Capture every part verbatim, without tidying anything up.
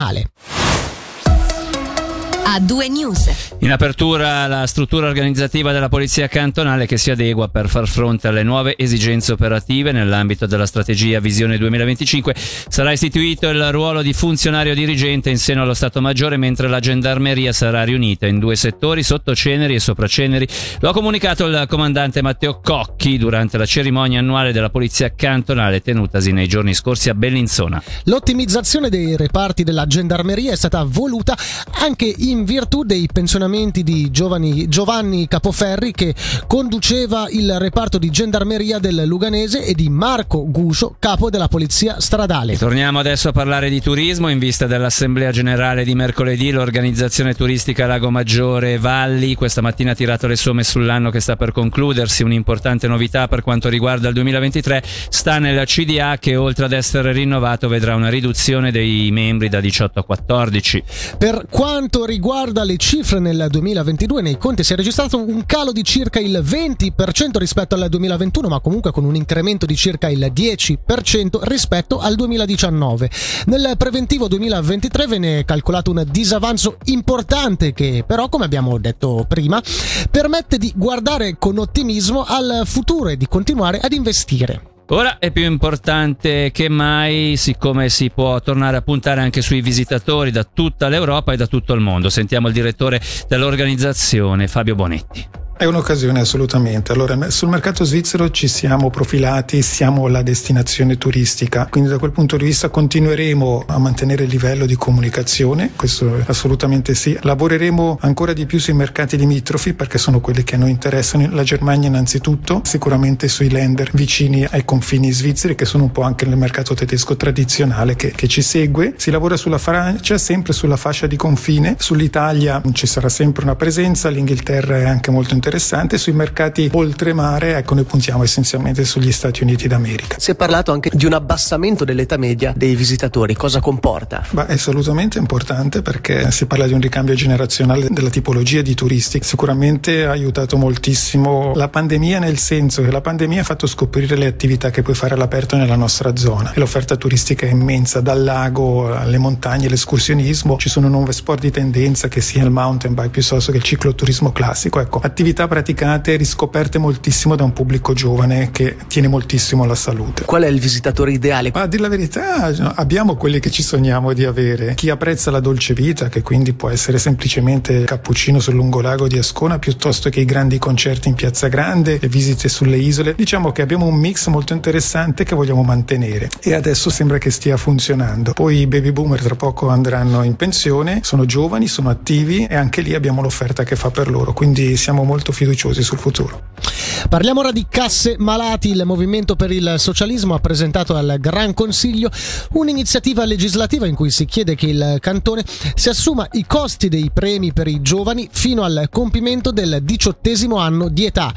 A due News. In apertura la struttura organizzativa della Polizia Cantonale che si adegua per far fronte alle nuove esigenze operative nell'ambito della strategia Visione duemilaventicinque. Sarà istituito il ruolo di funzionario dirigente in seno allo Stato Maggiore, mentre la Gendarmeria sarà riunita in due settori, sottoceneri e sopraceneri. Lo ha comunicato il comandante Matteo Cocchi durante la cerimonia annuale della Polizia Cantonale tenutasi nei giorni scorsi a Bellinzona. L'ottimizzazione dei reparti della Gendarmeria è stata voluta anche in virtù dei pensionamenti di Giovanni, Giovanni Capoferri, che conduceva il reparto di Gendarmeria del Luganese, e di Marco Guscio, capo della Polizia Stradale. Torniamo adesso a parlare di turismo. In vista dell'Assemblea Generale di mercoledì, l'organizzazione turistica Lago Maggiore Valli questa mattina ha tirato le somme sull'anno che sta per concludersi. Un'importante novità per quanto riguarda il duemilaventitré sta nel C D A, che oltre ad essere rinnovato vedrà una riduzione dei membri da diciotto a quattordici. Per quanto riguarda le cifre, nel duemilaventidue nei conti si è registrato un calo di circa il venti per cento rispetto al duemilaventuno, ma comunque con un incremento di circa il dieci per cento rispetto al duemiladiciannove. Nel preventivo duemilaventitré venne calcolato un disavanzo importante che però, come abbiamo detto prima, permette di guardare con ottimismo al futuro e di continuare ad investire. Ora è più importante che mai, siccome si può tornare a puntare anche sui visitatori da tutta l'Europa e da tutto il mondo. Sentiamo il direttore dell'organizzazione, Fabio Bonetti. È un'occasione assolutamente. Allora, sul mercato svizzero ci siamo profilati, siamo la destinazione turistica, quindi da quel punto di vista continueremo a mantenere il livello di comunicazione, questo assolutamente sì. Lavoreremo ancora di più sui mercati limitrofi, perché sono quelli che a noi interessano, la Germania innanzitutto, sicuramente sui lender vicini ai confini svizzeri, che sono un po' anche il mercato tedesco tradizionale che, che ci segue. Si lavora sulla Francia, sempre sulla fascia di confine, sull'Italia ci sarà sempre una presenza, l'Inghilterra è anche molto interessante. Interessante. Sui mercati oltremare, ecco, noi puntiamo essenzialmente sugli Stati Uniti d'America. Si è parlato anche di un abbassamento dell'età media dei visitatori. Cosa comporta? Beh, è assolutamente importante, perché si parla di un ricambio generazionale della tipologia di turisti. Sicuramente ha aiutato moltissimo la pandemia, nel senso che la pandemia ha fatto scoprire le attività che puoi fare all'aperto nella nostra zona, e l'offerta turistica è immensa, dal lago alle montagne, l'escursionismo. Ci sono nuovi sport di tendenza, che sia il mountain bike piuttosto che il cicloturismo classico. Ecco, attività praticate, riscoperte moltissimo da un pubblico giovane che tiene moltissimo alla salute. Qual è il visitatore ideale? Ma a dir la verità, abbiamo quelli che ci sogniamo di avere. Chi apprezza la dolce vita, che quindi può essere semplicemente cappuccino sul lungolago di Ascona, piuttosto che i grandi concerti in Piazza Grande, le visite sulle isole. Diciamo che abbiamo un mix molto interessante che vogliamo mantenere, e adesso sembra che stia funzionando. Poi i baby boomer tra poco andranno in pensione, sono giovani, sono attivi, e anche lì abbiamo l'offerta che fa per loro, quindi siamo molto fiduciosi sul futuro. Parliamo ora di casse malati. Il Movimento per il Socialismo ha presentato al Gran Consiglio un'iniziativa legislativa in cui si chiede che il cantone si assuma i costi dei premi per i giovani fino al compimento del diciottesimo anno di età.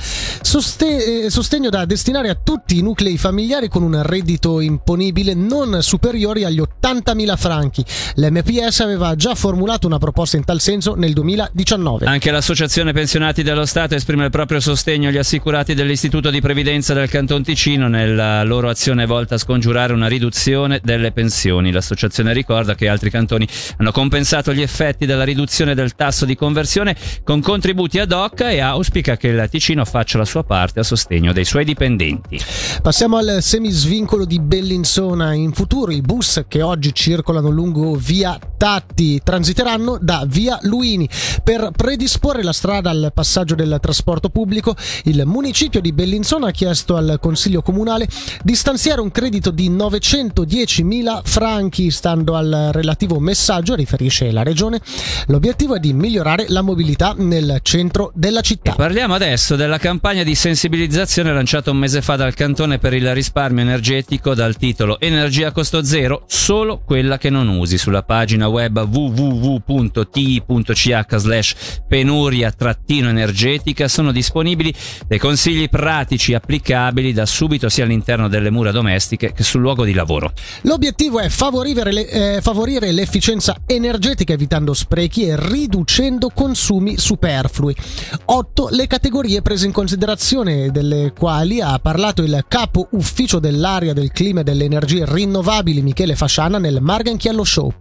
Soste- sostegno da destinare a tutti i nuclei familiari con un reddito imponibile non superiore agli ottantamila franchi. L'M P S aveva già formulato una proposta in tal senso nel duemiladiciannove. Anche l'Associazione Pensionati dello Stato esprime il proprio sostegno agli assicurati dell'Istituto di Previdenza del Canton Ticino nella loro azione volta a scongiurare una riduzione delle pensioni. L'associazione ricorda che altri cantoni hanno compensato gli effetti della riduzione del tasso di conversione con contributi ad hoc, e auspica che il Ticino faccia la sua parte a sostegno dei suoi dipendenti. Passiamo al semisvincolo di Bellinzona. In futuro i bus che oggi circolano lungo via Tatti transiteranno da via Luini. Per predisporre la strada al passaggio del trasporto pubblico, il municipio di Bellinzona ha chiesto al Consiglio Comunale di stanziare un credito di novecentodiecimila franchi. Stando al relativo messaggio, riferisce la Regione, l'obiettivo è di migliorare la mobilità nel centro della città. E parliamo adesso della campagna di sensibilizzazione lanciata un mese fa dal Cantone per il risparmio energetico dal titolo Energia a costo zero, solo quella che non usi. Sulla pagina web w w w punto t i punto c h slash penuria trattino energetica sono disponibili dei consigli pratici applicabili da subito sia all'interno delle mura domestiche che sul luogo di lavoro. L'obiettivo è favorire, le, eh, favorire l'efficienza energetica evitando sprechi e riducendo consumi superflui. Otto le categorie prese in considerazione, delle quali ha parlato il capo ufficio dell'area del clima e delle energie rinnovabili Michele Fasciana nel Marganchiello Show.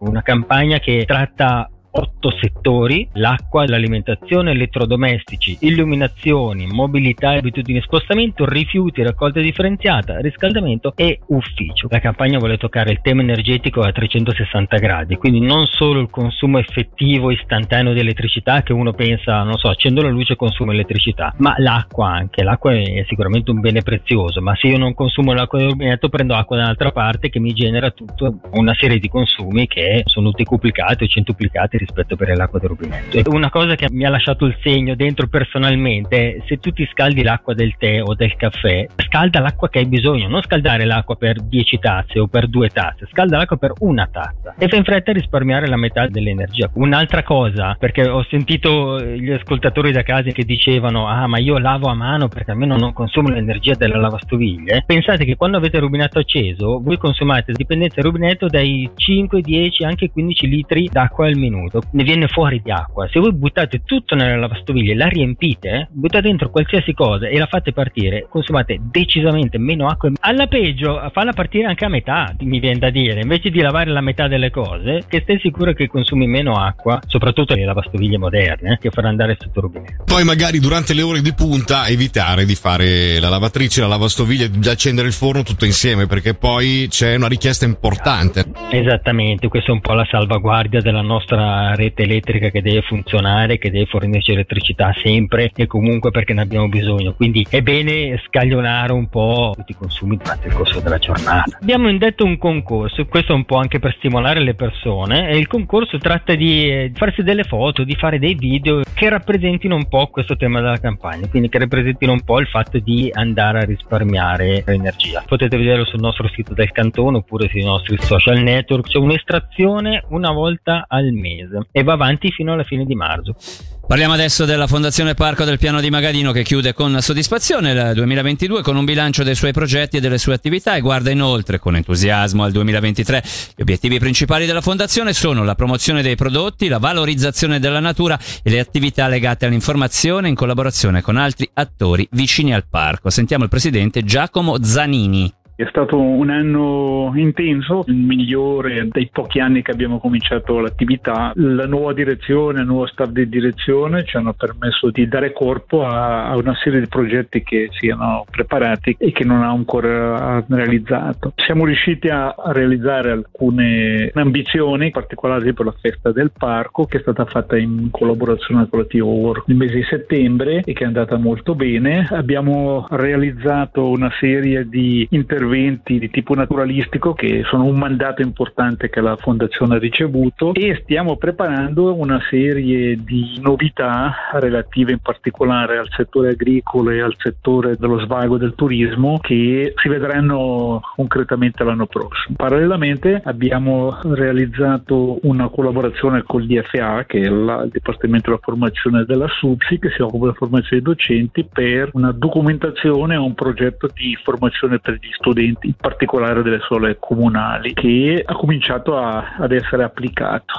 una campagna che tratta otto settori: l'acqua, l'alimentazione, elettrodomestici, illuminazioni, mobilità, abitudini, spostamento, rifiuti, raccolta differenziata, riscaldamento e ufficio. La campagna vuole toccare il tema energetico a trecentosessanta gradi, quindi non solo il consumo effettivo istantaneo di elettricità, che uno pensa, non so, accendo la luce e consumo elettricità, ma l'acqua anche. L'acqua è sicuramente un bene prezioso, ma se io non consumo l'acqua del rubinetto, prendo acqua da un'altra parte che mi genera tutta una serie di consumi che sono decuplicati o centuplicati rispetto per l'acqua del rubinetto. E una cosa che mi ha lasciato il segno dentro personalmente è: se tu ti scaldi l'acqua del tè o del caffè, scalda l'acqua che hai bisogno, non scaldare l'acqua per dieci tazze o per due tazze, scalda l'acqua per una tazza e fai in fretta a risparmiare la metà dell'energia. Un'altra cosa, perché ho sentito gli ascoltatori da casa che dicevano: ah, ma io lavo a mano perché almeno non consumo l'energia della lavastoviglie. Pensate che quando avete il rubinetto acceso, voi consumate, dipendenza del rubinetto, dai cinque, dieci, anche quindici litri d'acqua al minuto. Ne viene fuori di acqua. Se voi buttate tutto nella lavastoviglie, la riempite, buttate dentro qualsiasi cosa e la fate partire, consumate decisamente meno acqua. Alla peggio, falla partire anche a metà, mi viene da dire, invece di lavare la metà delle cose, che stai sicuro che consumi meno acqua, soprattutto le lavastoviglie moderne, eh, che farà andare sotto il rubinetto. Poi magari durante le ore di punta evitare di fare la lavatrice, la lavastoviglie, di accendere il forno tutto insieme, perché poi c'è una richiesta importante. Esattamente, questa è un po' la salvaguardia della nostra rete elettrica, che deve funzionare, che deve fornirci elettricità sempre e comunque perché ne abbiamo bisogno, quindi è bene scaglionare un po' tutti i consumi durante il corso della giornata. Abbiamo indetto un concorso, questo un po' anche per stimolare le persone, e il concorso tratta di farsi delle foto, di fare dei video che rappresentino un po' questo tema della campagna, quindi che rappresentino un po' il fatto di andare a risparmiare energia. Potete vederlo sul nostro sito del Cantone oppure sui nostri social network. C'è un'estrazione una volta al mese e va avanti fino alla fine di marzo. Parliamo adesso della Fondazione Parco del Piano di Magadino, che chiude con soddisfazione il duemilaventidue con un bilancio dei suoi progetti e delle sue attività, e guarda inoltre con entusiasmo al duemilaventitré. Gli obiettivi principali della Fondazione sono la promozione dei prodotti, la valorizzazione della natura e le attività legate all'informazione in collaborazione con altri attori vicini al parco. Sentiamo il presidente Giacomo Zanini. È stato un anno intenso, il migliore dei pochi anni che abbiamo cominciato l'attività. La nuova direzione, il nuovo staff di direzione ci hanno permesso di dare corpo a, a una serie di progetti che siano preparati e che non ha ancora realizzato. Siamo riusciti a realizzare alcune ambizioni, in particolare per la festa del parco, che è stata fatta in collaborazione con la T O nel mese di settembre e che è andata molto bene. Abbiamo realizzato una serie di interventi di tipo naturalistico che sono un mandato importante che la Fondazione ha ricevuto, e stiamo preparando una serie di novità relative in particolare al settore agricolo e al settore dello svago e del turismo, che si vedranno concretamente l'anno prossimo. Parallelamente abbiamo realizzato una collaborazione con l'I F A, che è la, il Dipartimento della Formazione della SUPSI, che si occupa della formazione dei docenti, per una documentazione e un progetto di formazione per gli studenti, in particolare delle scuole comunali, che ha cominciato a, ad essere applicato.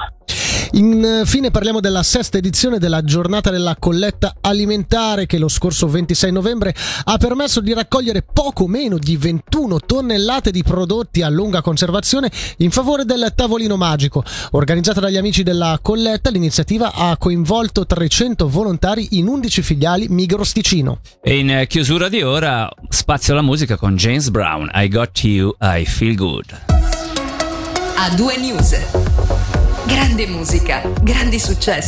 Infine parliamo della sesta edizione della giornata della colletta alimentare, che lo scorso ventisei novembre ha permesso di raccogliere poco meno di ventuno tonnellate di prodotti a lunga conservazione in favore del tavolino magico. Organizzata dagli amici della colletta, l'iniziativa ha coinvolto trecento volontari in undici filiali Migros Ticino. E in chiusura di ora, spazio alla musica con James Brown, I Got You, I Feel Good. A due News. Grande musica, grandi successi.